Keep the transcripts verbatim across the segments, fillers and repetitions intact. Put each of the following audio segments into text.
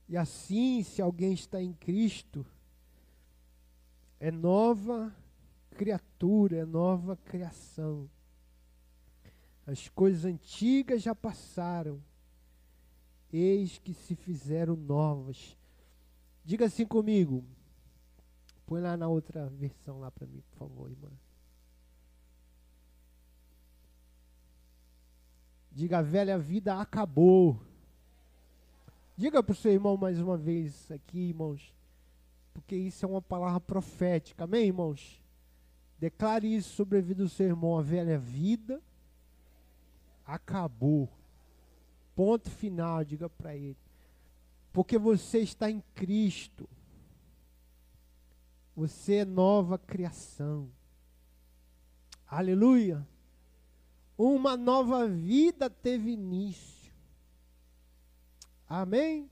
E assim, se alguém está em Cristo, é nova criatura, é nova criação. As coisas antigas já passaram, eis que se fizeram novas. Diga assim comigo. Põe lá na outra versão lá para mim, por favor, irmã. Diga, a velha vida acabou. Diga para o seu irmão mais uma vez aqui, irmãos, porque isso é uma palavra profética, amém, irmãos? Declare isso sobre a vida do seu irmão, a velha vida acabou. Ponto final, diga para ele. Porque você está em Cristo. Você é nova criação. Aleluia. Uma nova vida teve início. Amém?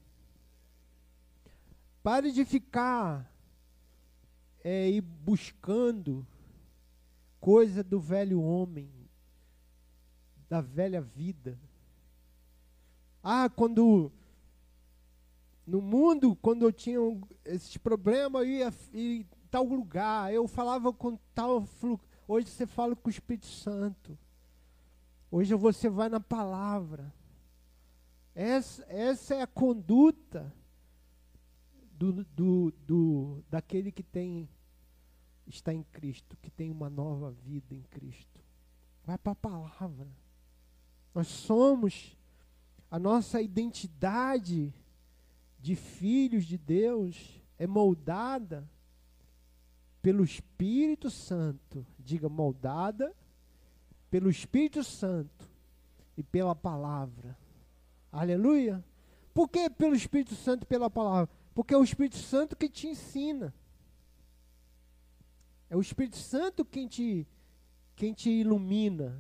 Pare de ficar é, ir buscando coisa do velho homem, da velha vida. Ah, quando no mundo, quando eu tinha um, esses problemas, eu ia em tal lugar, eu falava com tal flu... Hoje você fala com o Espírito Santo. Hoje você vai na palavra. Essa, essa é a conduta do, do, do, daquele que tem, está em Cristo, que tem uma nova vida em Cristo. Vai para a palavra. Nós somos, a nossa identidade de filhos de Deus é moldada pelo Espírito Santo. Diga, moldada pelo Espírito Santo e pela palavra. Aleluia. Por que pelo Espírito Santo e pela palavra? Porque é o Espírito Santo que te ensina. É o Espírito Santo quem te, quem te ilumina.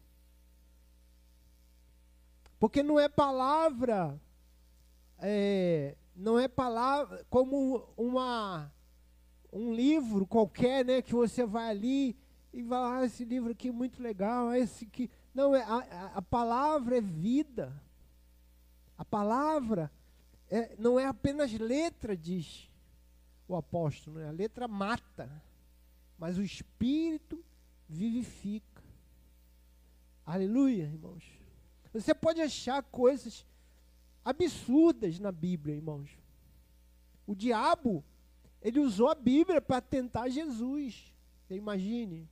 Porque não é palavra, é, não é palavra como uma, um livro qualquer, né, que você vai ali e vai, ah, esse livro aqui é muito legal, esse que não é a, a palavra é vida. A palavra é, não é apenas letra, diz o apóstolo, né? A letra mata, mas o Espírito vivifica. Aleluia, irmãos. Você pode achar coisas absurdas na Bíblia, irmãos. O diabo, ele usou a Bíblia para tentar Jesus. Você imagine.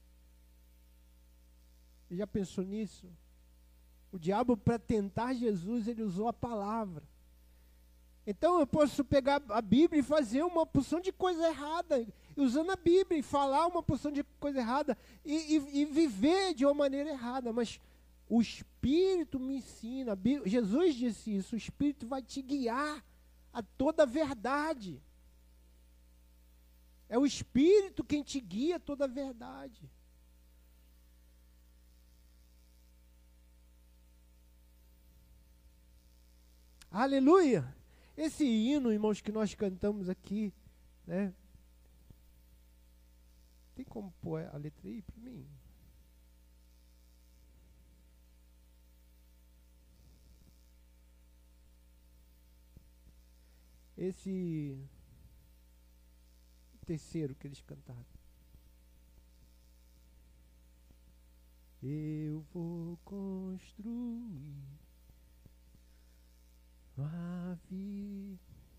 Você já pensou nisso? O diabo, para tentar Jesus, ele usou a palavra. Então eu posso pegar a Bíblia e fazer uma porção de coisa errada, usando a Bíblia e falar uma porção de coisa errada e, e, e viver de uma maneira errada, mas o Espírito me ensina. Jesus disse isso, o Espírito vai te guiar a toda a verdade. É o Espírito quem te guia a toda a verdade. Aleluia! Esse hino, irmãos, que nós cantamos aqui, né? Tem como pôr a letra aí para mim? Esse terceiro que eles cantaram. Eu vou construir a vida.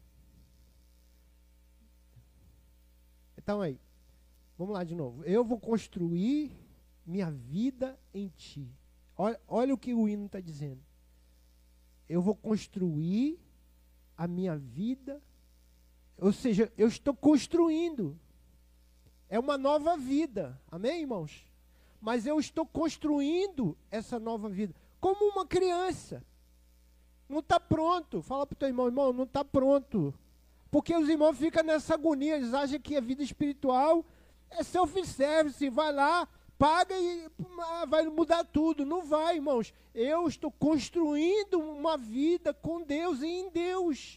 Então aí, vamos lá de novo. Eu vou construir minha vida em ti. Olha, olha o que o hino está dizendo. Eu vou construir a minha vida, ou seja, eu estou construindo. É uma nova vida. Amém, irmãos? Mas eu estou construindo essa nova vida. Como uma criança. Não está pronto. Fala para o teu irmão, irmão, não está pronto. Porque os irmãos ficam nessa agonia. Eles acham que a vida espiritual é self-service. Vai lá, paga e vai mudar tudo. Não vai, irmãos. Eu estou construindo uma vida com Deus e em Deus.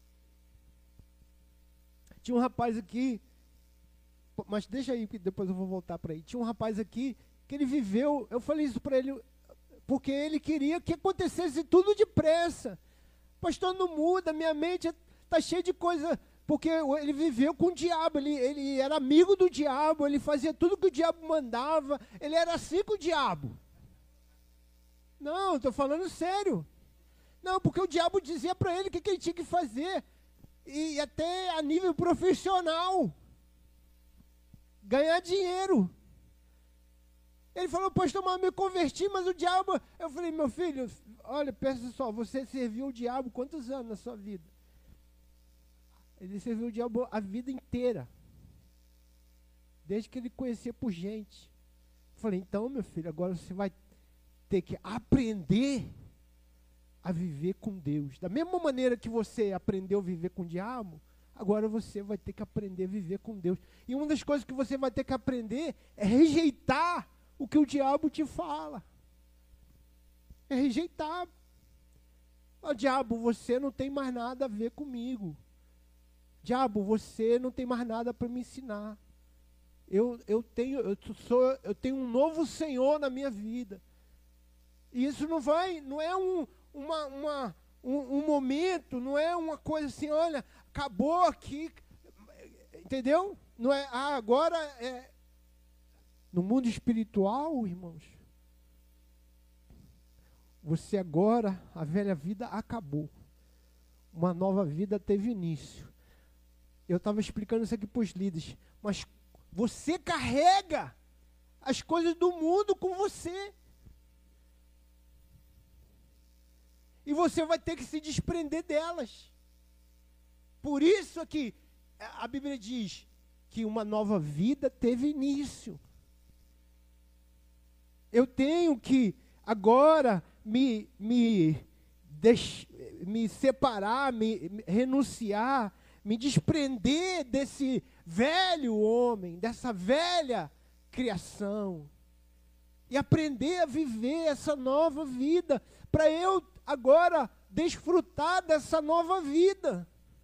Tinha um rapaz aqui, mas deixa aí, que depois eu vou voltar para aí. Tinha um rapaz aqui que ele viveu, eu falei isso para ele, porque ele queria que acontecesse tudo depressa. Pastor, não muda, minha mente está cheia de coisa, porque ele viveu com o diabo, ele, ele era amigo do diabo, ele fazia tudo que o diabo mandava, ele era assim com o diabo. Não, estou falando sério. Não, porque o diabo dizia para ele o que, que ele tinha que fazer, e até a nível profissional, ganhar dinheiro. Ele falou, pastor, mas eu me converti, mas o diabo... Eu falei, meu filho, olha, pensa só, você serviu o diabo quantos anos na sua vida? Ele serviu o diabo a vida inteira. Desde que ele conhecia por gente. Eu falei, então, meu filho, agora você vai ter que aprender a viver com Deus. Da mesma maneira que você aprendeu a viver com o diabo, agora você vai ter que aprender a viver com Deus. E uma das coisas que você vai ter que aprender é rejeitar o que o diabo te fala. É rejeitar. Ó, diabo, você não tem mais nada a ver comigo. Diabo, você não tem mais nada para me ensinar. Eu, eu, tenho, eu, sou, eu tenho um novo Senhor na minha vida. E isso não vai, não é um, uma, uma, um, um momento, não é uma coisa assim, olha, acabou aqui, entendeu? Não é, ah, agora é... No mundo espiritual, irmãos, você agora, a velha vida acabou. Uma nova vida teve início. Eu estava explicando isso aqui para os líderes, mas você carrega as coisas do mundo com você. E você vai ter que se desprender delas. Por isso aqui, a Bíblia diz que uma nova vida teve início. Eu tenho que agora me, me, deix, me separar, me, me renunciar, me desprender desse velho homem, dessa velha criação. E aprender a viver essa nova vida, para eu agora desfrutar dessa nova vida.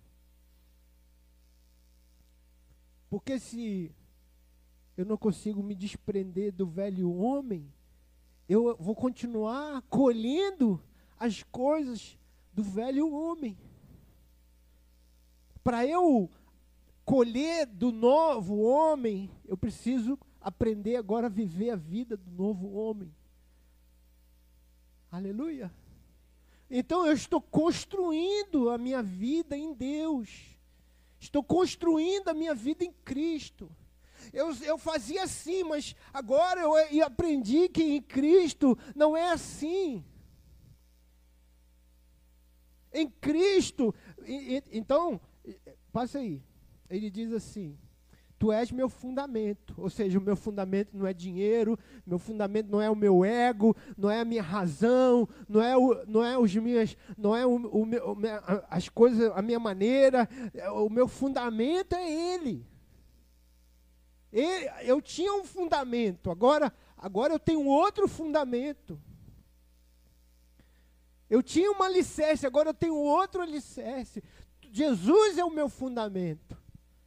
Porque se eu não consigo me desprender do velho homem, eu vou continuar colhendo as coisas do velho homem. Para eu colher do novo homem, eu preciso aprender agora a viver a vida do novo homem. Aleluia. Então eu estou construindo a minha vida em Deus. Estou construindo a minha vida em Cristo. Eu, eu fazia assim, mas agora eu, eu aprendi que em Cristo não é assim. Em Cristo, e, e, então, passa aí. Ele diz assim, tu és meu fundamento, ou seja, o meu fundamento não é dinheiro, meu fundamento não é o meu ego, não é a minha razão, não é, o, não é, os minhas, não é o, o meu, as coisas, a minha maneira, o meu fundamento é Ele. Ele. Eu tinha um fundamento, agora, agora eu tenho outro fundamento. Eu tinha uma alicerce, agora eu tenho outro alicerce. Jesus é o meu fundamento.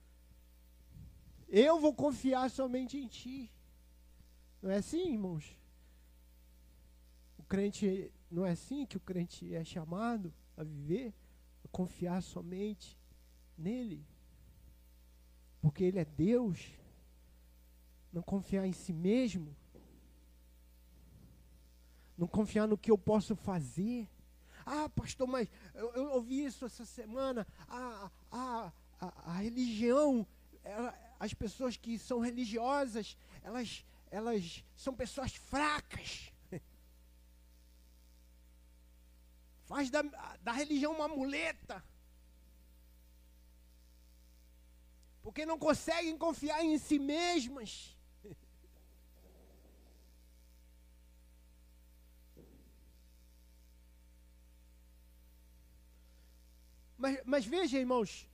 Eu vou confiar somente em Ti. Não é assim, irmãos? O crente, não é assim que o crente é chamado a viver? A confiar somente nele. Porque Ele é Deus. Não confiar em si mesmo. Não confiar no que eu posso fazer. Ah, pastor, mas eu, eu ouvi isso essa semana. A, a, a, a religião, ela, as pessoas que são religiosas, elas, elas são pessoas fracas. Faz da, da religião uma muleta. Porque não conseguem confiar em si mesmas. Mas, mas veja, irmãos,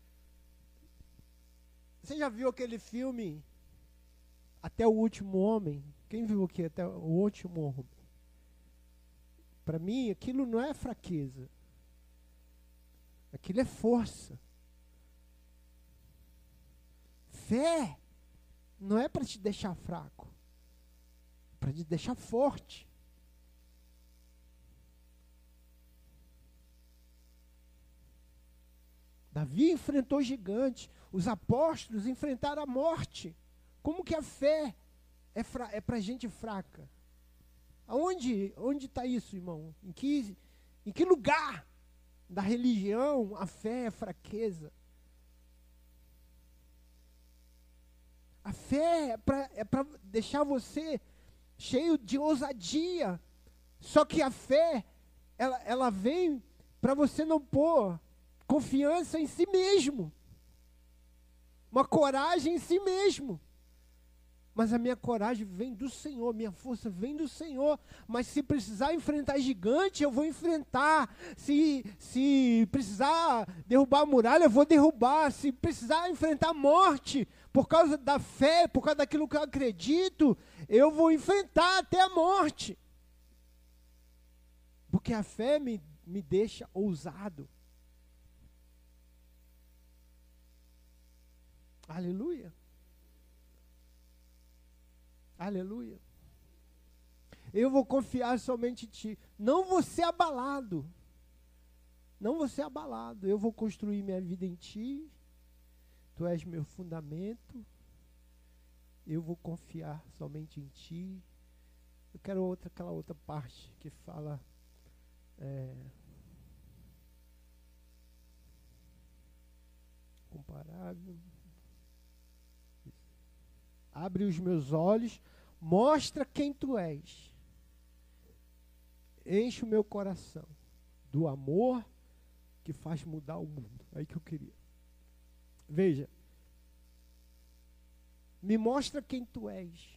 você já viu aquele filme Até o Último Homem? Quem viu aqui Até o Último Homem? Para mim, aquilo não é fraqueza. Aquilo é força. Fé não é para te deixar fraco, é para te deixar forte. Davi enfrentou gigantes, os apóstolos enfrentaram a morte. Como que a fé é, é para gente fraca? Aonde onde está isso, irmão? Em que, em que lugar da religião a fé é fraqueza? A fé é para é para deixar você cheio de ousadia. Só que a fé, ela, ela vem para você não pôr confiança em si mesmo. Uma coragem em si mesmo. Mas a minha coragem vem do Senhor, minha força vem do Senhor. Mas se precisar enfrentar gigante, eu vou enfrentar. Se, se precisar derrubar a muralha, eu vou derrubar. Se precisar enfrentar a morte, por causa da fé, por causa daquilo que eu acredito, eu vou enfrentar até a morte. Porque a fé me, me deixa ousado. Aleluia. Aleluia. Eu vou confiar somente em Ti. Não vou ser abalado. Não vou ser abalado. Eu vou construir minha vida em Ti. Tu és meu fundamento. Eu vou confiar somente em Ti. Eu quero outra, aquela outra parte que fala... É, comparável. Abre os meus olhos, mostra quem tu és. Enche o meu coração do amor que faz mudar o mundo. É aí que eu queria. Veja. Me mostra quem tu és.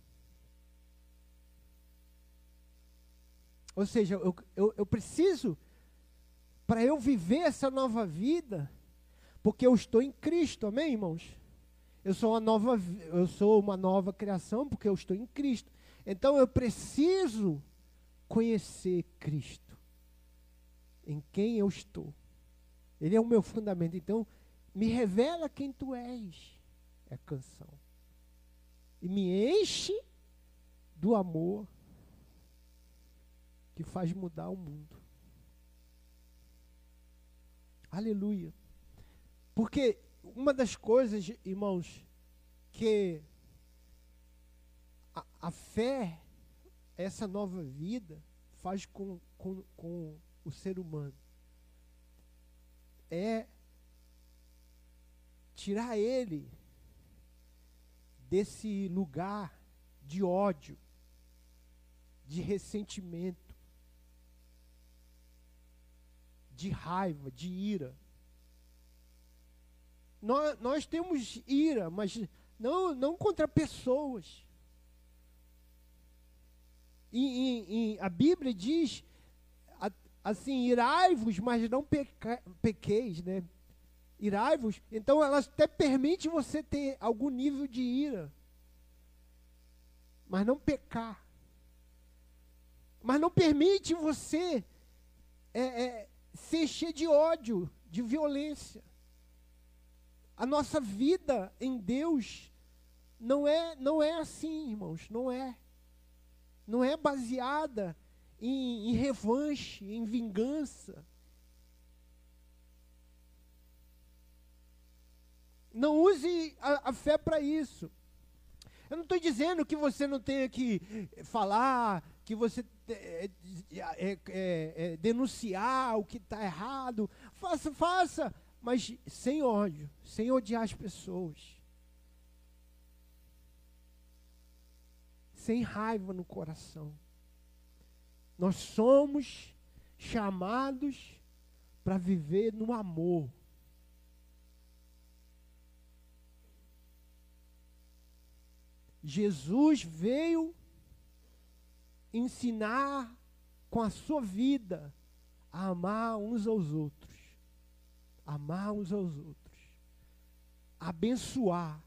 Ou seja, eu, eu, eu preciso, para eu viver essa nova vida, porque eu estou em Cristo, amém, irmãos? Eu sou uma nova, eu sou uma nova criação porque eu estou em Cristo. Então eu preciso conhecer Cristo, em quem eu estou. Ele é o meu fundamento. Então, me revela quem tu és. É a canção. E me enche do amor que faz mudar o mundo. Aleluia. Porque uma das coisas, irmãos, que a, a fé, essa nova vida, faz com, com, com o ser humano, é tirar ele desse lugar de ódio, de ressentimento, de raiva, de ira. Nós, nós temos ira, mas não, não contra pessoas. E, e, e a Bíblia diz, a, assim, irai-vos, mas não peca, pequeis, né? Irai-vos, então ela até permite você ter algum nível de ira, mas não pecar. Mas não permite você é, é, se encher de ódio, de violência. A nossa vida em Deus não é, não é assim, irmãos, não é. Não é baseada em, em revanche, em vingança. Não use a, a fé para isso. Eu não estou dizendo que você não tenha que falar, que você é, é, é, é, denunciar o que está errado. Faça, faça. Mas sem ódio, sem odiar as pessoas. Sem raiva no coração. Nós somos chamados para viver no amor. Jesus veio ensinar com a sua vida a amar uns aos outros. Amar uns aos outros, abençoar,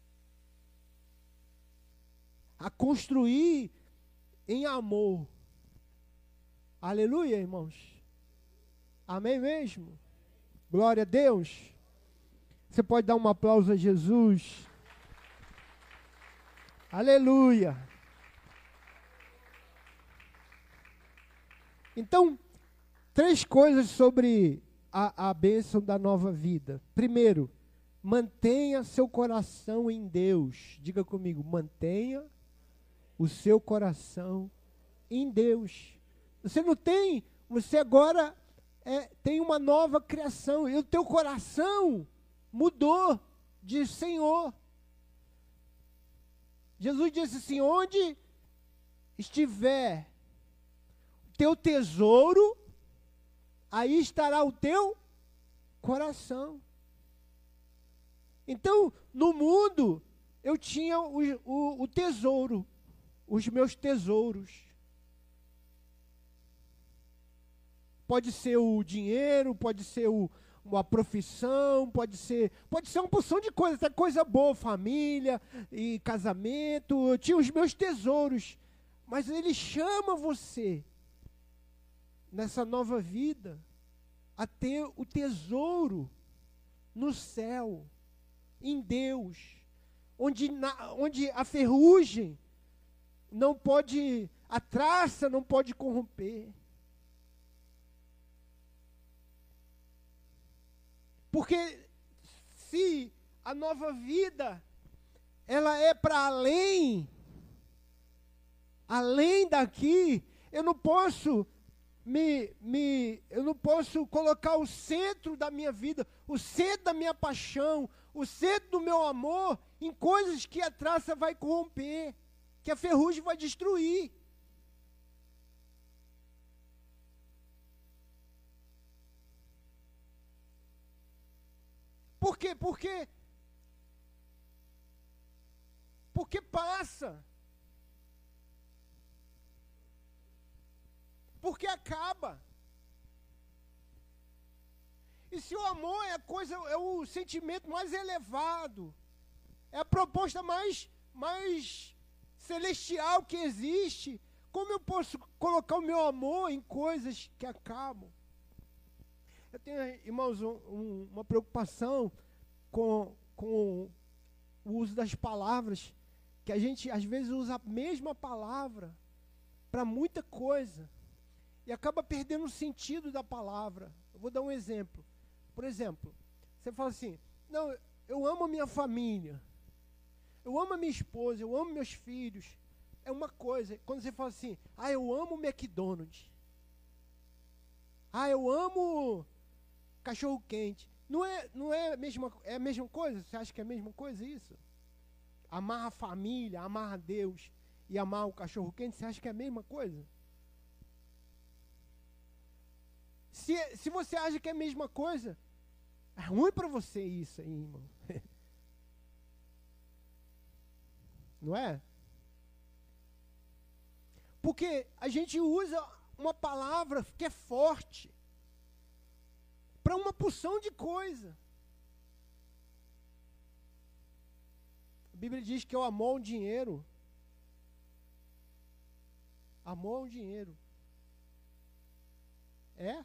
a construir em amor. Aleluia, irmãos. Amém mesmo? Glória a Deus. Você pode dar um aplauso a Jesus. Aleluia. Então, três coisas sobre a, a bênção da nova vida? Primeiro, mantenha seu coração em Deus. Diga comigo, mantenha o seu coração em Deus. Você não tem, você agora é, tem uma nova criação, e o teu coração mudou de Senhor. Jesus disse assim, onde estiver o teu tesouro, aí estará o teu coração. Então, no mundo, eu tinha o, o, o tesouro, os meus tesouros. Pode ser o dinheiro, pode ser o, uma profissão, pode ser, pode ser uma porção de coisas, até coisa boa, família e casamento. Eu tinha os meus tesouros, mas Ele chama você, nessa nova vida, a ter o tesouro no céu, em Deus, onde, na, onde a ferrugem não pode, a traça não pode corromper. Porque se a nova vida, ela é para além, além daqui, eu não posso me, me, eu não posso colocar o centro da minha vida, o centro da minha paixão, o centro do meu amor em coisas que a traça vai corromper, que a ferrugem vai destruir. Por quê? Porque, porque passa. Porque acaba. E se o amor é a coisa, é o sentimento mais elevado, é a proposta mais, mais celestial que existe, como eu posso colocar o meu amor em coisas que acabam? Eu tenho, irmãos, um, um, uma preocupação com, com o uso das palavras, que a gente às vezes usa a mesma palavra para muita coisa e acaba perdendo o sentido da palavra. Eu vou dar um exemplo. Por exemplo, você fala assim, não, eu amo a minha família, eu amo a minha esposa, eu amo meus filhos. É uma coisa. Quando você fala assim, ah, eu amo o McDonald's, ah, eu amo cachorro quente. Não é, não é a mesma, é a mesma coisa? Você acha que é a mesma coisa isso? Amar a família, amar a Deus e amar o cachorro quente, você acha que é a mesma coisa? Se, se você acha que é a mesma coisa, é ruim para você isso aí, irmão. Não é? Porque a gente usa uma palavra que é forte para uma porção de coisa. A Bíblia diz que é o amor ao dinheiro. Amor ao dinheiro. É?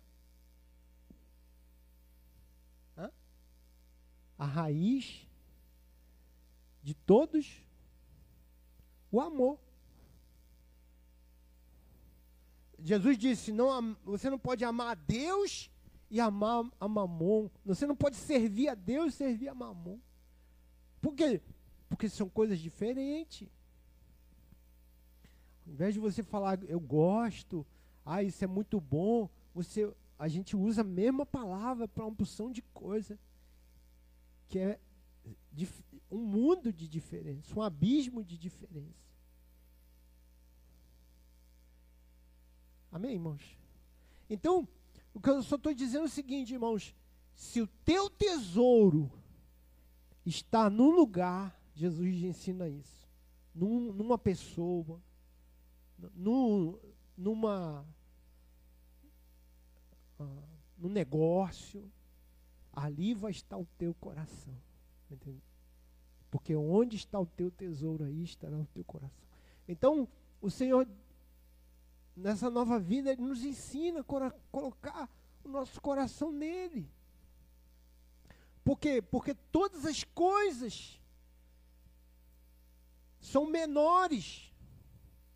Hã? A raiz de todos, o amor. Jesus disse, não, você não pode amar a Deus e amar a Mamon. Você não pode servir a Deus e servir a Mamon. Por quê? Porque são coisas diferentes. Ao invés de você falar, eu gosto, ah, isso é muito bom, você, a gente usa a mesma palavra para uma porção de coisa, que é dif, um mundo de diferença, um abismo de diferença. Amém, irmãos? Então, o que eu só estou dizendo é o seguinte, irmãos, se o teu tesouro está num lugar, Jesus ensina isso, num, numa pessoa, num, numa, uh, num negócio, ali vai estar o teu coração, entendeu? Porque onde está o teu tesouro, aí estará o teu coração. Então, o Senhor, nessa nova vida, Ele nos ensina a colocar o nosso coração nele. Por quê? Porque todas as coisas são menores.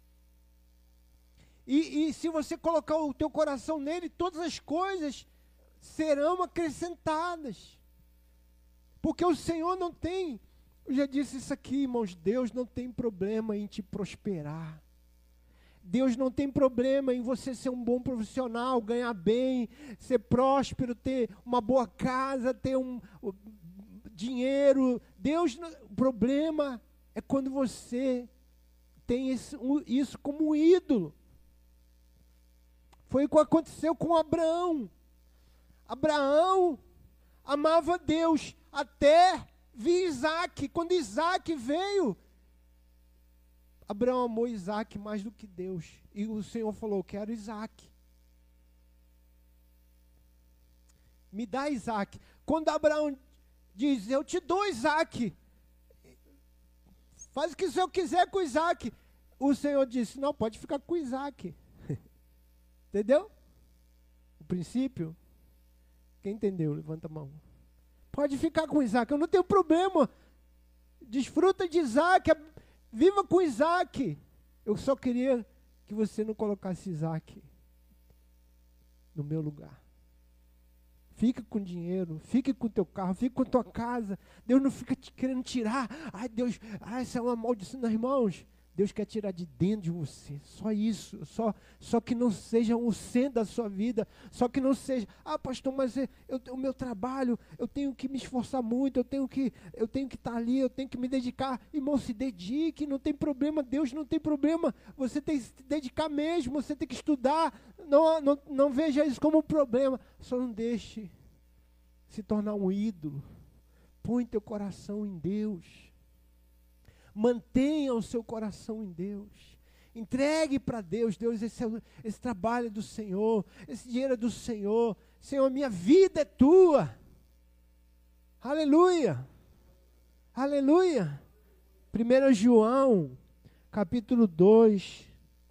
E, e se você colocar o teu coração nele, todas as coisas serão acrescentadas. Porque o Senhor não tem, eu já disse isso aqui, irmãos, Deus não tem problema em te prosperar. Deus não tem problema em você ser um bom profissional, ganhar bem, ser próspero, ter uma boa casa, ter um, um dinheiro. Deus, o problema é quando você tem esse, um, isso como um ídolo. Foi o que aconteceu com Abraão. Abraão amava Deus até vir Isaac. Quando Isaac veio, Abraão amou Isaac mais do que Deus. E o Senhor falou, quero Isaac. Me dá Isaac. Quando Abraão diz, eu te dou Isaac. Faz o que o Senhor quiser com Isaac. O Senhor disse, não, pode ficar com Isaac. Entendeu? O princípio. Quem entendeu? Levanta a mão. Pode ficar com Isaac, eu não tenho problema. Desfruta de Isaac, viva com Isaac. Eu só queria que você não colocasse Isaac no meu lugar. Fica com dinheiro, fique com teu carro, fique com tua casa. Deus não fica te querendo tirar. Ai, Deus, ai, isso é uma maldição, irmãos. Deus quer tirar de dentro de você, só isso, só, só que não seja o centro da sua vida, só que não seja, ah pastor, mas eu, o meu trabalho, eu tenho que me esforçar muito, eu tenho que eu tenho que estar ali, eu tenho que me dedicar. Irmão, se dedique, não tem problema, Deus não tem problema, você tem que se dedicar mesmo, você tem que estudar, não, não, não veja isso como um problema, só não deixe se tornar um ídolo, põe teu coração em Deus. Mantenha o seu coração em Deus. Entregue para Deus. Deus, esse, é, esse trabalho é do Senhor. Esse dinheiro é do Senhor. Senhor, a minha vida é tua. Aleluia. Aleluia. primeiro João, capítulo dois,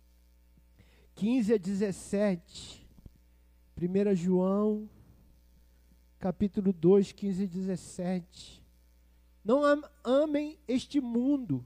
quinze a dezessete. primeiro João, capítulo dois, quinze a dezessete. Não amem este mundo,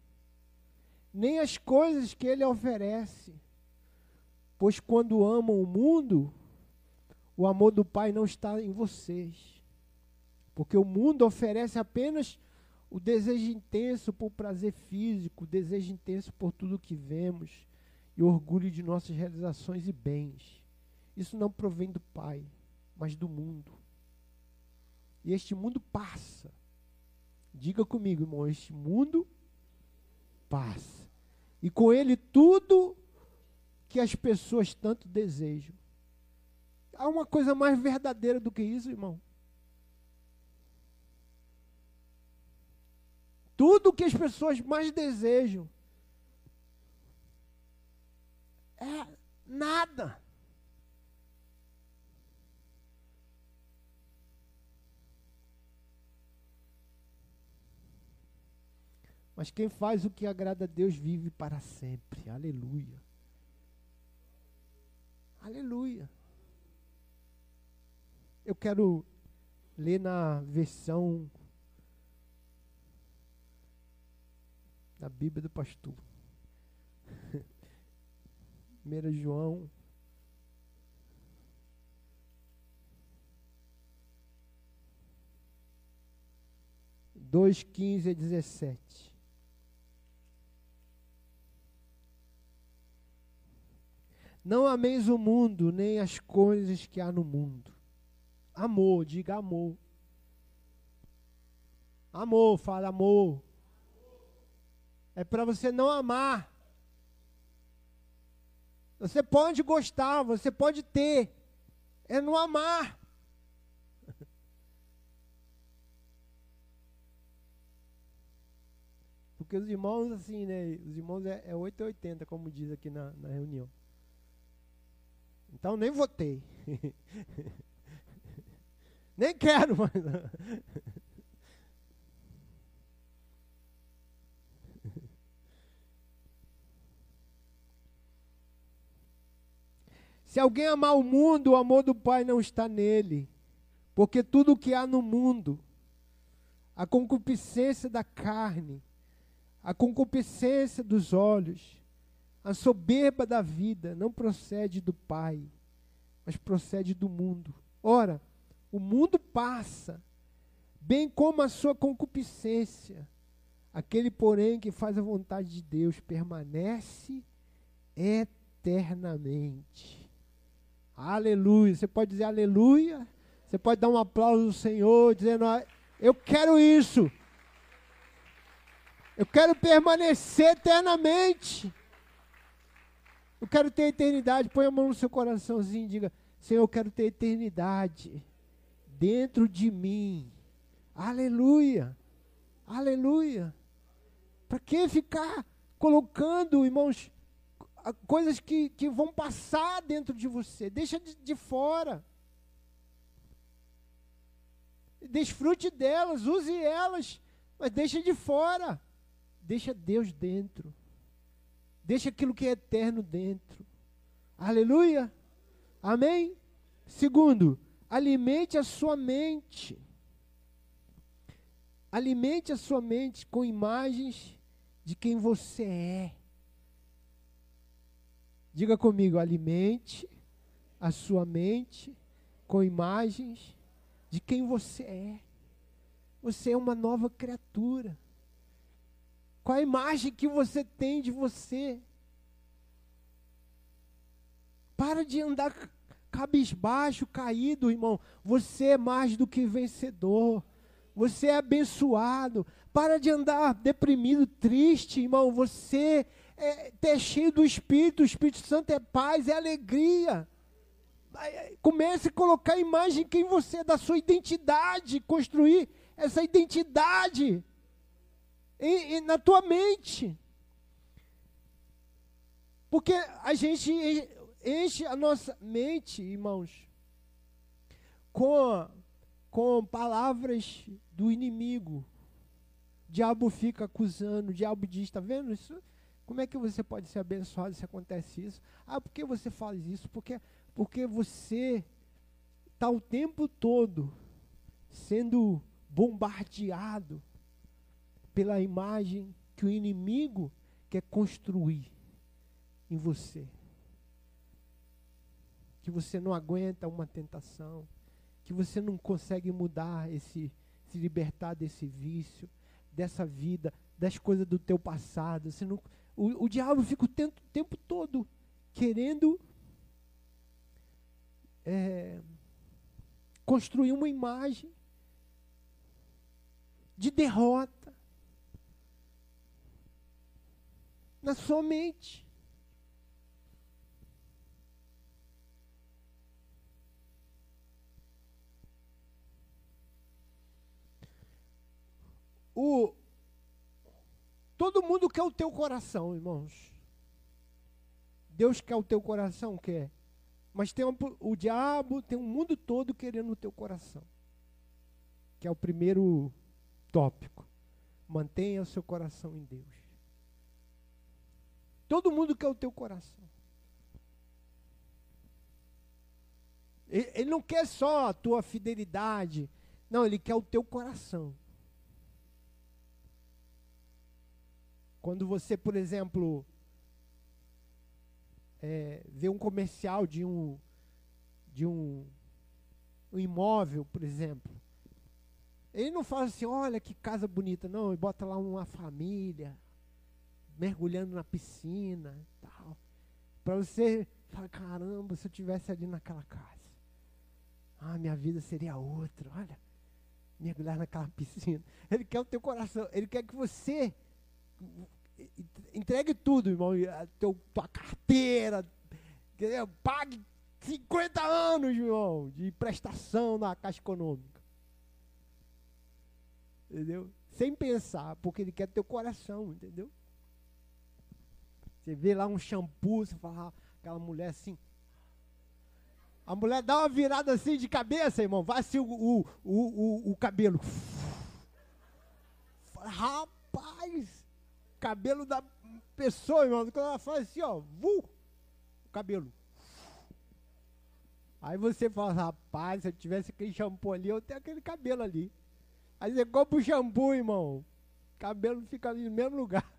nem as coisas que ele oferece, pois quando amam o mundo, o amor do Pai não está em vocês. Porque o mundo oferece apenas o desejo intenso por prazer físico, o desejo intenso por tudo que vemos, e o orgulho de nossas realizações e bens. Isso não provém do Pai, mas do mundo. E este mundo passa. Diga comigo, irmão, este mundo passa. E com ele tudo que as pessoas tanto desejam. Há uma coisa mais verdadeira do que isso, irmão? Tudo que as pessoas mais desejam é nada. Mas quem faz o que agrada a Deus vive para sempre. Aleluia. Aleluia. Eu quero ler na versão da Bíblia do Pastor. primeiro João. dois, quinze a dezessete. Não ameis o mundo, nem as coisas que há no mundo. Amor, diga amor. Amor, fala amor. É para você não amar. Você pode gostar, você pode ter. É não amar. Porque os irmãos, assim, né? Os irmãos é, é oito e oitenta, como diz aqui na, na reunião. Então nem votei. Nem quero, mas... Se alguém amar o mundo, o amor do Pai não está nele. Porque tudo o que há no mundo, a concupiscência da carne, a concupiscência dos olhos, a soberba da vida, não procede do Pai, mas procede do mundo. Ora, o mundo passa, bem como a sua concupiscência. Aquele, porém, que faz a vontade de Deus permanece eternamente. Aleluia. Você pode dizer aleluia. Você pode dar um aplauso ao Senhor, dizendo, ah, eu quero isso. Eu quero permanecer eternamente. Eu quero ter eternidade. Põe a mão no seu coraçãozinho e diga, Senhor, eu quero ter eternidade dentro de mim. Aleluia. Aleluia. Para que ficar colocando, irmãos, coisas que, que vão passar dentro de você? Deixa de, de fora. Desfrute delas, use elas, mas deixa de fora. Deixa Deus dentro. Deixa aquilo que é eterno dentro. Aleluia. Amém? Segundo, alimente a sua mente. Alimente a sua mente com imagens de quem você é. Diga comigo, alimente a sua mente com imagens de quem você é. Você é uma nova criatura. Qual a imagem que você tem de você? Para de andar cabisbaixo, caído, irmão. Você é mais do que vencedor. Você é abençoado. Para de andar deprimido, triste, irmão. Você é, é cheio do Espírito. O Espírito Santo é paz, é alegria. Comece a colocar a imagem em quem você é, da sua identidade. Construir essa identidade em, em, na tua mente. Porque a gente enche a nossa mente, irmãos, com, com palavras do inimigo. O diabo fica acusando, o diabo diz, está vendo isso? Como é que você pode ser abençoado se acontece isso? Ah, por que você faz isso? Porque, porque você está o tempo todo sendo bombardeado pela imagem que o inimigo quer construir em você. Que você não aguenta uma tentação, que você não consegue mudar, esse, se libertar desse vício, dessa vida, das coisas do teu passado. Você não, o, o diabo fica o tempo, tempo todo querendo é, construir uma imagem de derrota na sua mente. O, todo mundo quer o teu coração, irmãos. Deus quer o teu coração, quer. Mas tem um, o diabo tem um mundo todo querendo o teu coração. Que é o primeiro tópico. Mantenha o seu coração em Deus. Todo mundo quer o teu coração. Ele, ele não quer só a tua fidelidade. Não, ele quer o teu coração. Quando você, por exemplo, é, vê um comercial de um, de um, um imóvel, por exemplo, ele não fala assim, olha que casa bonita, não, ele bota lá uma família, mergulhando na piscina e tal, para você falar, caramba, se eu estivesse ali naquela casa, ah, minha vida seria outra, olha, mergulhar naquela piscina. Ele quer o teu coração, ele quer que você entregue tudo, irmão, a teu, tua carteira, entendeu? Pague cinquenta anos, irmão, de prestação na Caixa Econômica, entendeu? Sem pensar, porque ele quer teu coração, entendeu? Você vê lá um shampoo, você fala, ah, aquela mulher assim, a mulher dá uma virada assim de cabeça, irmão, vai assim o, o, o, o, o cabelo, rapaz, cabelo da pessoa, irmão, quando ela faz assim, ó, vu, o cabelo. Aí você fala, rapaz, se eu tivesse aquele shampoo ali, eu tenho aquele cabelo ali. Aí você compra o shampoo, irmão, o cabelo fica ali no mesmo lugar.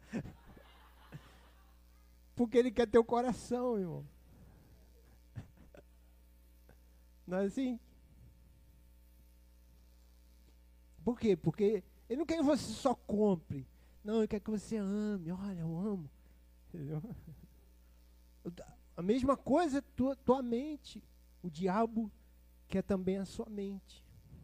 Porque ele quer teu coração, irmão. Não é assim? quê? Porque Ele não quer que você só compre. Não, Ele quer que você ame. Olha, eu amo. Entendeu? A mesma coisa é tua, tua mente. O diabo quer também a sua mente.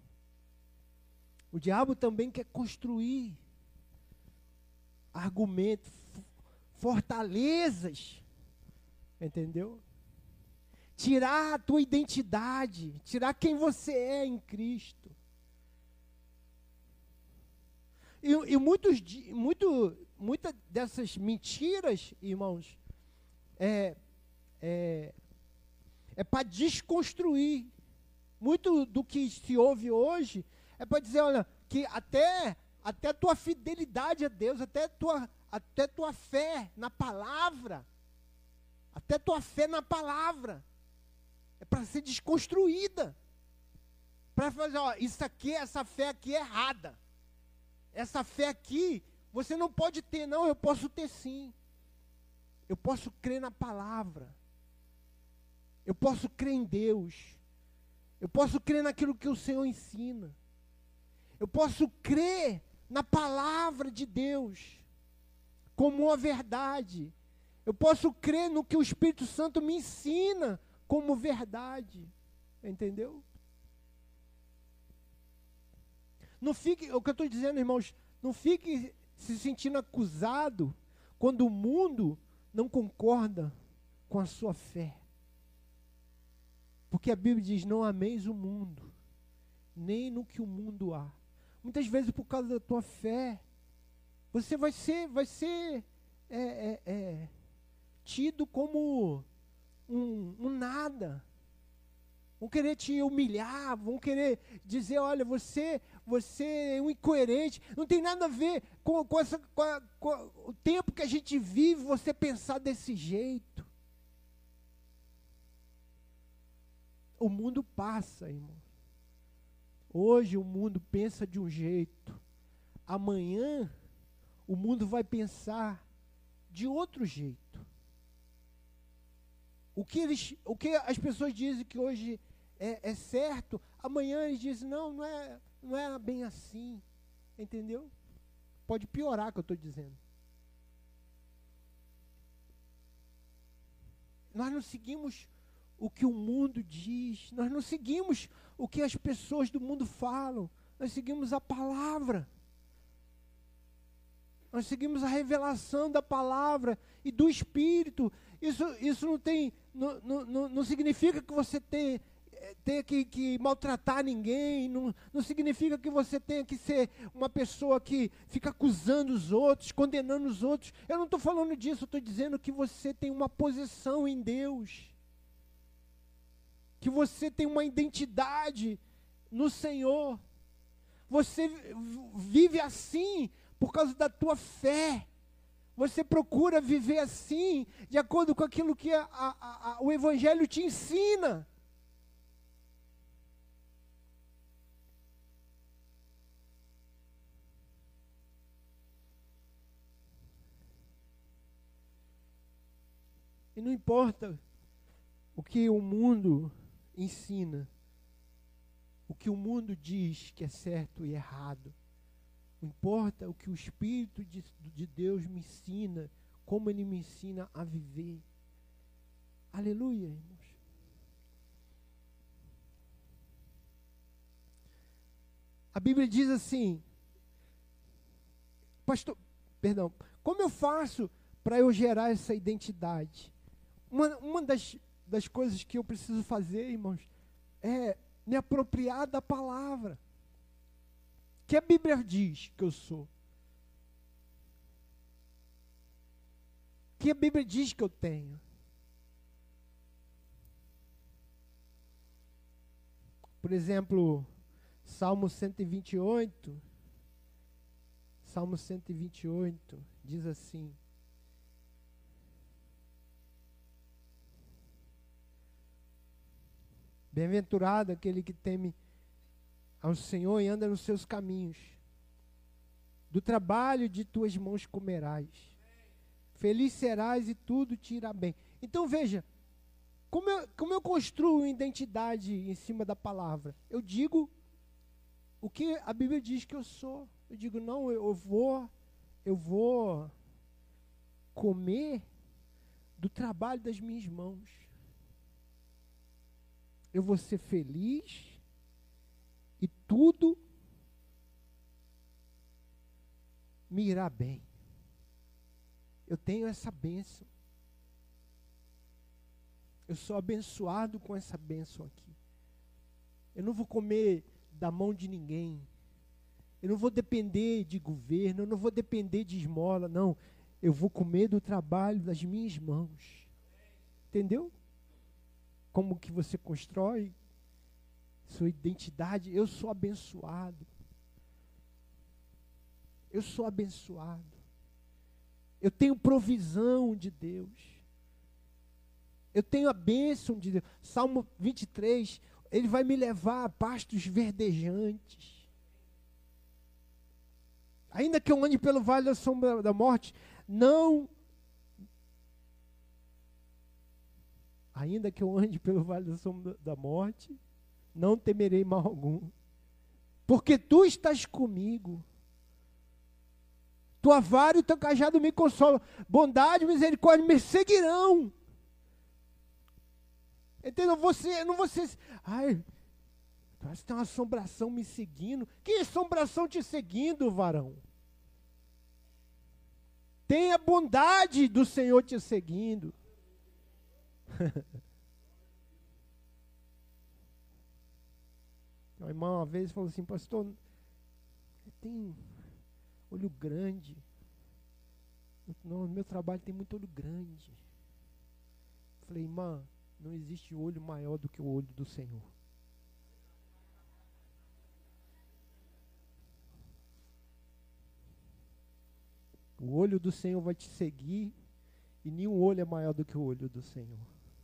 O diabo também quer construir argumentos, fortalezas, entendeu? Tirar a tua identidade, tirar quem você é em Cristo. E, e muitos, muito, muitas dessas mentiras, irmãos, é, é, é para desconstruir. Muito do que se ouve hoje é para dizer, olha, que até, até tua fidelidade a Deus, até tua, até tua fé na palavra, até tua fé na palavra, é para ser desconstruída. Para fazer, ó, isso aqui, essa fé aqui é errada. Essa fé aqui, você não pode ter, não, eu posso ter sim. Eu posso crer na palavra. Eu posso crer em Deus. Eu posso crer naquilo que o Senhor ensina. Eu posso crer na palavra de Deus como uma verdade. Eu posso crer no que o Espírito Santo me ensina como verdade. Entendeu? Não fique, o que eu estou dizendo, irmãos, não fique se sentindo acusado quando o mundo não concorda com a sua fé. Porque a Bíblia diz, não ameis o mundo, nem no que o mundo há. Muitas vezes por causa da tua fé, você vai ser, vai ser é, é, é, tido como um, um nada. Vão querer te humilhar, vão querer dizer, olha, você, você é um incoerente. Não tem nada a ver com, com, essa, com, a, com o tempo que a gente vive, você pensar desse jeito. O mundo passa, irmão. Hoje o mundo pensa de um jeito. Amanhã o mundo vai pensar de outro jeito. O que, eles, o que as pessoas dizem que hoje é, é certo, amanhã eles dizem, não, não é, não é bem assim. Entendeu? Pode piorar o que eu estou dizendo. Nós não seguimos o que o mundo diz, nós não seguimos o que as pessoas do mundo falam, nós seguimos a palavra. Nós seguimos a revelação da palavra e do Espírito. Isso, isso não tem, não, não, não significa que você tem, tenha que, que maltratar ninguém, não, não significa que você tenha que ser uma pessoa que fica acusando os outros, condenando os outros. Eu não estou falando disso, eu estou dizendo que você tem uma posição em Deus, que você tem uma identidade no Senhor. Você vive assim por causa da tua fé. Você procura viver assim, de acordo com aquilo que a, a, a, o Evangelho te ensina. E não importa o que o mundo ensina, o que o mundo diz que é certo e errado. Não importa o que o Espírito de, de Deus me ensina, como Ele me ensina a viver. Aleluia, irmãos. A Bíblia diz assim, pastor, perdão, como eu faço para eu gerar essa identidade? Uma, uma das, das coisas que eu preciso fazer, irmãos, é me apropriar da palavra. Que a Bíblia diz que eu sou. Que a Bíblia diz que eu tenho. Por exemplo, Salmo cento e vinte e oito. Salmo cento e vinte e oito diz assim: bem-aventurado aquele que teme ao Senhor e anda nos seus caminhos. Do trabalho de tuas mãos comerás. Feliz serás e tudo te irá bem. Então veja, como eu, como eu construo identidade em cima da palavra? Eu digo o que a Bíblia diz que eu sou. Eu digo, não, eu, eu vou, eu vou comer do trabalho das minhas mãos. Eu vou ser feliz e tudo me irá bem. Eu tenho essa bênção. Eu sou abençoado com essa bênção aqui. Eu não vou comer da mão de ninguém. Eu não vou depender de governo, eu não vou depender de esmola, não. Eu vou comer do trabalho das minhas mãos. Entendeu? Como que você constrói sua identidade? Eu sou abençoado. Eu sou abençoado. Eu tenho provisão de Deus. Eu tenho a bênção de Deus. Salmo vinte e três, ele vai me levar a pastos verdejantes. Ainda que eu ande pelo vale da sombra da morte, não... Ainda que eu ande pelo vale da sombra da morte, não temerei mal algum. Porque tu estás comigo. Tua vara e teu cajado me consolam. Bondade e misericórdia me seguirão. Entendeu? Você, não você... Ai, parece que tem uma assombração me seguindo. Que assombração te seguindo, varão? Tem a bondade do Senhor te seguindo. Uma irmã uma vez falou assim, pastor, tem olho grande. No meu trabalho tem muito olho grande. Falei, irmã, não existe olho maior do que o olho do Senhor. O olho do Senhor vai te seguir e nenhum olho é maior do que o olho do Senhor.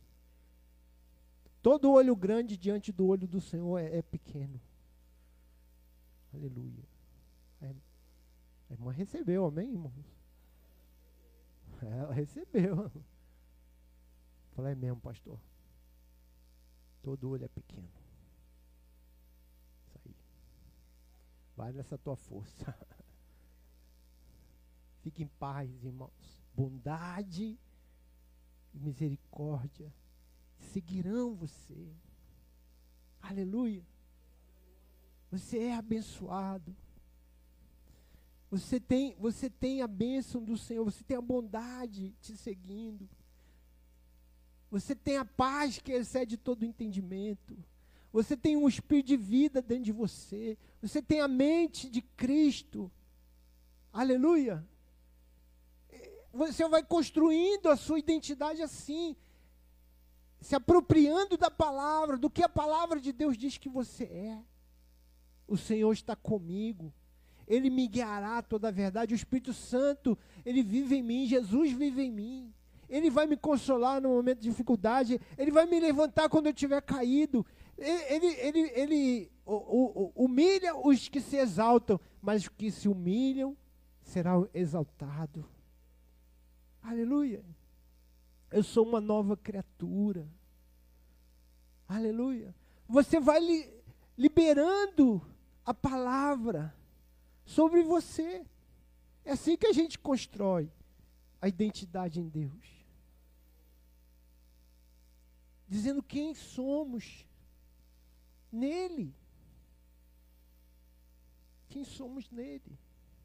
Todo olho grande diante do olho do Senhor é, é pequeno. Aleluia. É, a irmã recebeu, amém, irmãos? Ela recebeu. Falei, é mesmo, pastor. Todo olho é pequeno. Isso aí. Vai nessa tua força. Fique em paz, irmãos. Bondade e misericórdia seguirão você. Aleluia. Você é abençoado. Você tem, você tem a bênção do Senhor. Você tem a bondade te seguindo. Você tem a paz que excede todo entendimento. Você tem um espírito de vida dentro de você. Você tem a mente de Cristo. Aleluia. Você vai construindo a sua identidade assim, se apropriando da palavra, do que a palavra de Deus diz que você é. O Senhor está comigo, Ele me guiará a toda a verdade. O Espírito Santo, Ele vive em mim, Jesus vive em mim. Ele vai me consolar no momento de dificuldade, Ele vai me levantar quando eu estiver caído. Ele, ele, ele, ele o, o, humilha os que se exaltam, mas os que se humilham serão exaltados. Aleluia. Eu sou uma nova criatura. Aleluia. Você vai li, liberando a palavra sobre você. É assim que a gente constrói a identidade em Deus. Dizendo quem somos nele. Quem somos nele.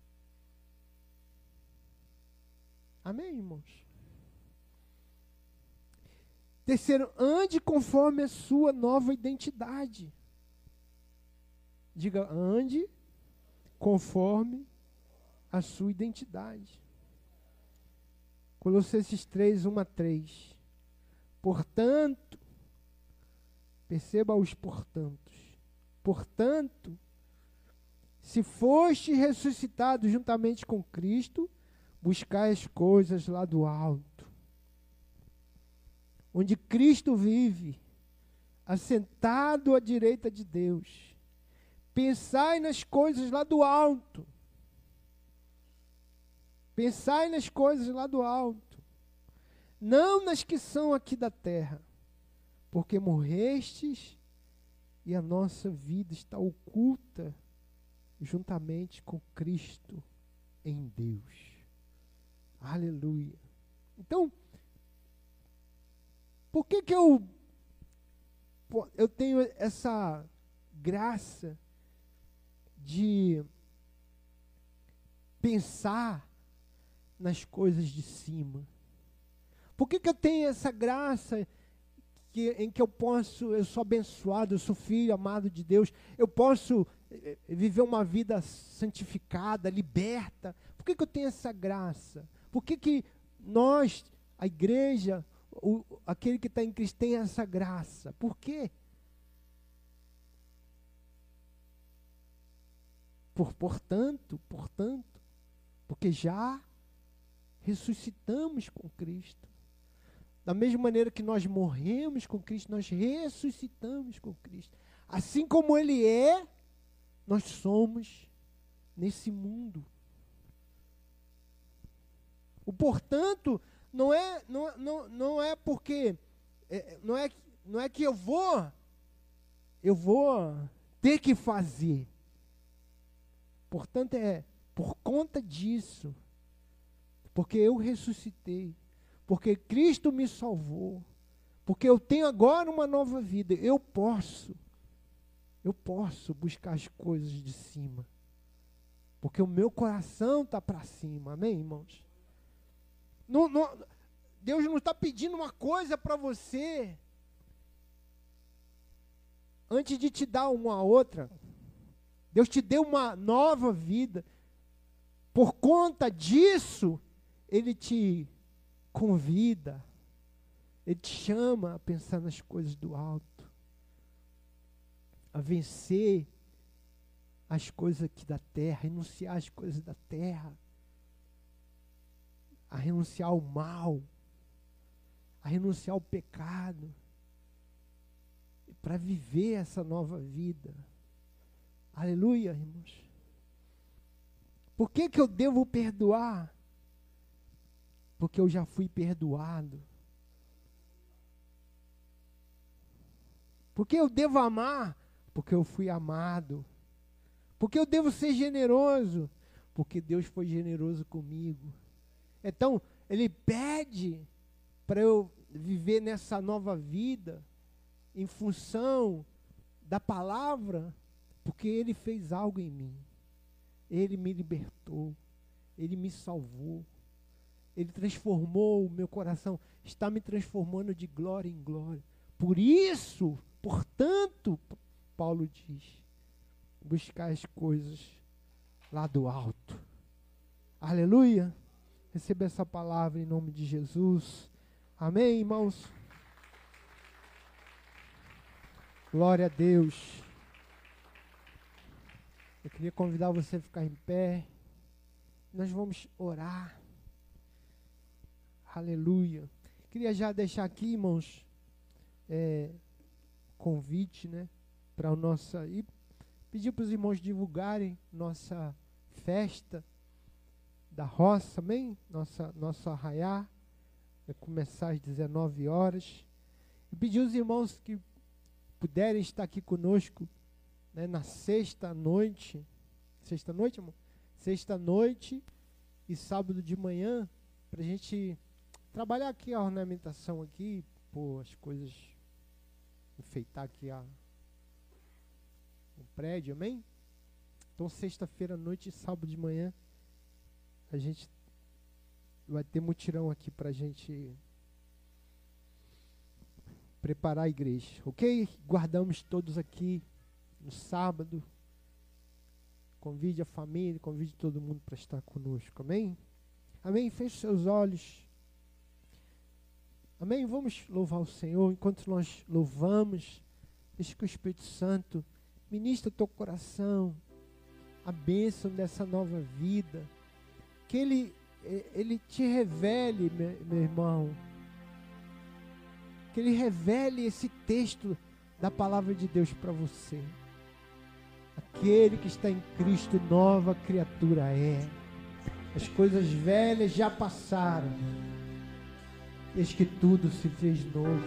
Amém, irmãos? Terceiro, ande conforme a sua nova identidade. Diga, ande conforme a sua identidade. Colossenses três, um a três. Portanto, perceba os portantos. Portanto, se foste ressuscitado juntamente com Cristo, buscai as coisas lá do alto, onde Cristo vive, assentado à direita de Deus. Pensai nas coisas lá do alto. Pensai nas coisas lá do alto, não nas que são aqui da terra, porque morrestes e a nossa vida está oculta juntamente com Cristo em Deus. Aleluia. Então, por que que eu, eu tenho essa graça de pensar nas coisas de cima? Por que que eu tenho essa graça que, em que eu posso, eu sou abençoado, eu sou filho amado de Deus, eu posso eh, viver uma vida santificada, liberta? Por que que eu tenho essa graça? Por que que nós, a igreja, o, aquele que está em Cristo tem essa graça? Por quê? Por, portanto, portanto, porque já ressuscitamos com Cristo. Da mesma maneira que nós morremos com Cristo, nós ressuscitamos com Cristo. Assim como Ele é, nós somos nesse mundo. O portanto não é, não, não, não é porque é, não, é, não é que eu vou eu vou ter que fazer. Portanto é por conta disso, porque eu ressuscitei, porque Cristo me salvou, porque eu tenho agora uma nova vida, eu posso, eu posso buscar as coisas de cima, porque o meu coração está para cima, amém, irmãos? Não, não, Deus não está pedindo uma coisa para você, antes de te dar uma outra. Deus te deu uma nova vida, por conta disso, Ele te convida, Ele te chama a pensar nas coisas do alto, a vencer as coisas aqui da terra, renunciar às coisas da terra, a renunciar ao mal, a renunciar ao pecado, para viver essa nova vida. Aleluia, irmãos. Por que que eu devo perdoar? Porque eu já fui perdoado. Por que eu devo amar? Porque eu fui amado. Por que eu devo ser generoso? Porque Deus foi generoso comigo. Então, Ele pede para eu viver nessa nova vida em função da palavra, porque Ele fez algo em mim. Ele me libertou, Ele me salvou, Ele transformou o meu coração, está me transformando de glória em glória. Por isso, portanto, Paulo diz, buscar as coisas lá do alto. Aleluia. Receba essa palavra em nome de Jesus. Amém, irmãos? Glória a Deus. Eu queria convidar você a ficar em pé. Nós vamos orar. Aleluia. Queria já deixar aqui, irmãos, é, convite, né, para a nossa... E pedir para os irmãos divulgarem nossa festa da roça, amém? Nossa, nosso arraiá vai começar às dezenove horas. E pedir aos irmãos que puderem estar aqui conosco, né, na sexta noite, sexta noite, irmão? Sexta noite e sábado de manhã, para a gente trabalhar aqui a ornamentação aqui, pôr as coisas, enfeitar aqui a, o prédio, amém? Então, sexta-feira à noite e sábado de manhã, a gente vai ter mutirão aqui para a gente preparar a igreja, ok? Guardamos todos aqui no sábado. Convide a família, convide todo mundo para estar conosco, amém? Amém? Feche seus olhos. Amém? Vamos louvar o Senhor. Enquanto nós louvamos, deixa que o Espírito Santo ministre o teu coração, a bênção dessa nova vida. Que Ele, Ele te revele, meu, meu irmão. Que Ele revele esse texto da palavra de Deus para você. Aquele que está em Cristo, nova criatura é. As coisas velhas já passaram. Eis que tudo se fez novo.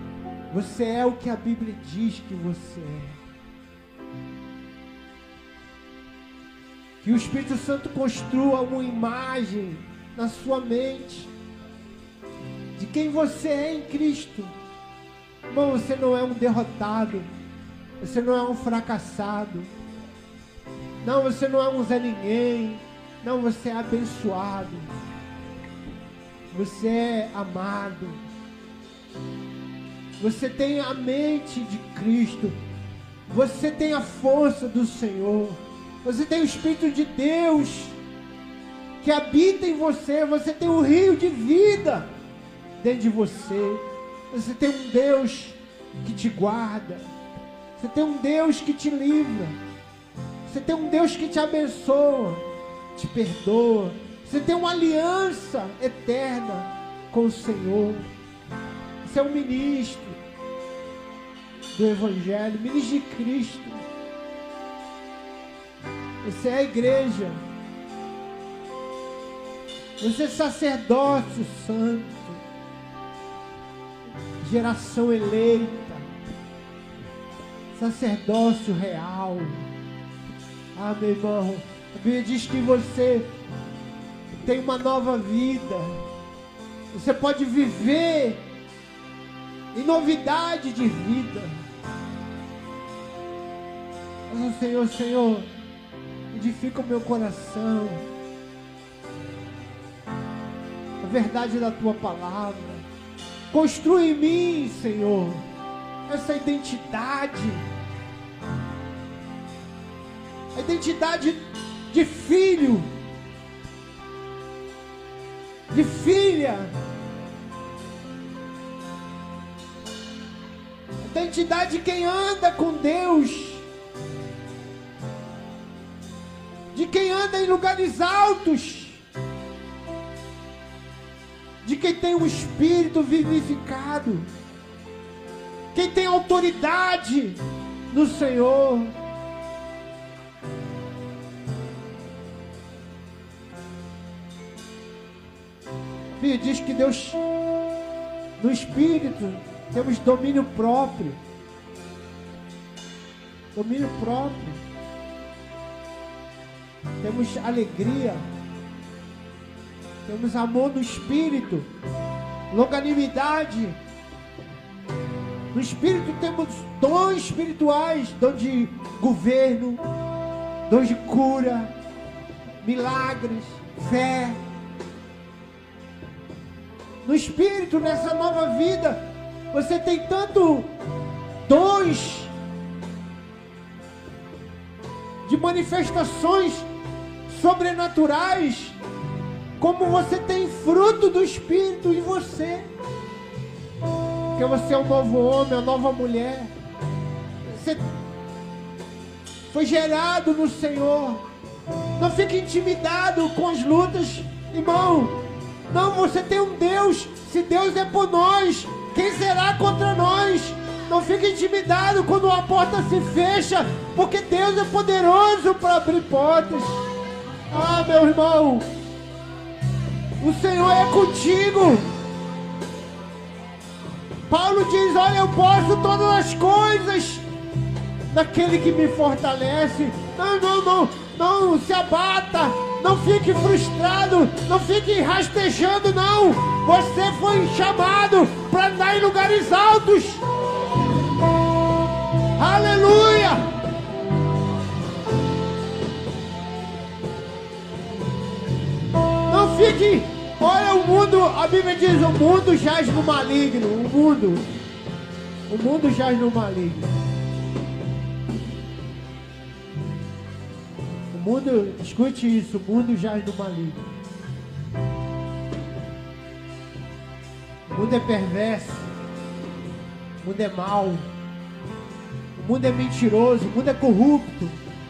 Você é o que a Bíblia diz que você é. Que o Espírito Santo construa uma imagem na sua mente de quem você é em Cristo. Irmão, você não é um derrotado. Você não é um fracassado. Não, você não é um Zé Ninguém. Não, você é abençoado. Você é amado. Você tem a mente de Cristo. Você tem a força do Senhor. Você tem o Espírito de Deus que habita em você. Você tem um rio de vida dentro de você. Você tem um Deus que te guarda. Você tem um Deus que te livra. Você tem um Deus que te abençoa, te perdoa. Você tem uma aliança eterna com o Senhor. Você é um ministro do Evangelho, ministro de Cristo. Você é a igreja. Você é sacerdócio santo, geração eleita, sacerdócio real. Ah, meu irmão, a Bíblia diz que você tem uma nova vida. Você pode viver em novidade de vida. Mas o Senhor, Senhor, edifica o meu coração, a verdade da Tua palavra. Construi em mim, Senhor, essa identidade, a identidade de filho, de filha, a identidade de quem anda com Deus, de quem anda em lugares altos, de quem tem um espírito vivificado, quem tem autoridade no Senhor. A Bíblia diz que Deus, no espírito, temos domínio próprio. Domínio próprio. Temos alegria. Temos amor no espírito, longanimidade. No espírito temos dons espirituais, dom de governo, dom de cura, milagres, fé. No espírito, nessa nova vida, você tem tanto dons de manifestações sobrenaturais, como você tem fruto do Espírito em você. Porque você é um novo homem, uma nova mulher. Você foi gerado no Senhor. Não fique intimidado com as lutas, irmão. Não, você tem um Deus. Se Deus é por nós, quem será contra nós? Não fique intimidado quando uma porta se fecha, porque Deus é poderoso para abrir portas. Ah, meu irmão, o Senhor é contigo. Paulo diz: olha, eu posso todas as coisas naquele que me fortalece. Não, não, não, não se abata, não fique frustrado, não fique rastejando, não. Você foi chamado para andar em lugares altos. Aleluia! Não fique... Olha, o mundo, a Bíblia diz, o mundo jaz no maligno. O mundo, o mundo jaz no maligno. O mundo, escute isso, o mundo jaz no maligno. O mundo é perverso. O mundo é mau. O mundo é mentiroso. O mundo é corrupto.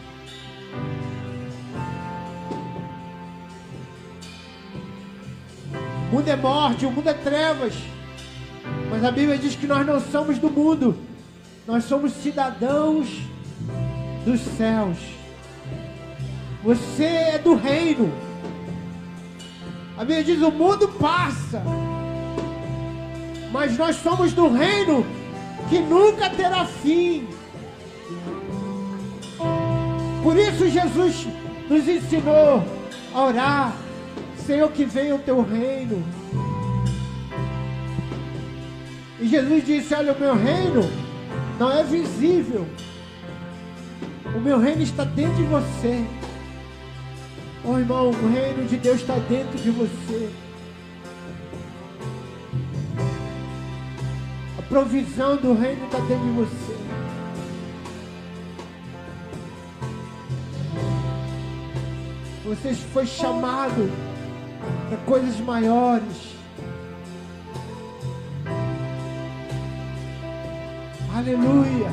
O mundo é morte, o mundo é trevas. Mas a Bíblia diz que nós não somos do mundo. Nós somos cidadãos dos céus. Você é do reino. A Bíblia diz: o mundo passa, mas nós somos do reino que nunca terá fim. Por isso Jesus nos ensinou a orar: Senhor, que venha o teu reino. E Jesus disse: olha, o meu reino não é visível, o meu reino está dentro de você. Oh, irmão, o reino de Deus está dentro de você. A provisão do reino está dentro de você. Você foi chamado para coisas maiores. Aleluia.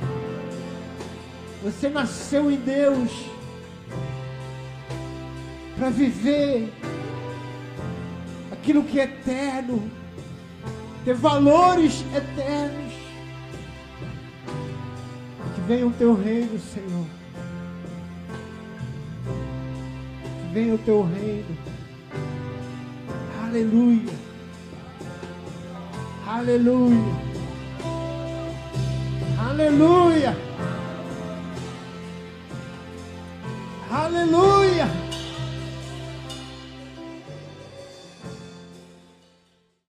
Você nasceu em Deus para viver aquilo que é eterno, ter valores eternos. Que venha o teu reino, Senhor. Que venha o teu reino. Aleluia. Aleluia. Aleluia. Aleluia.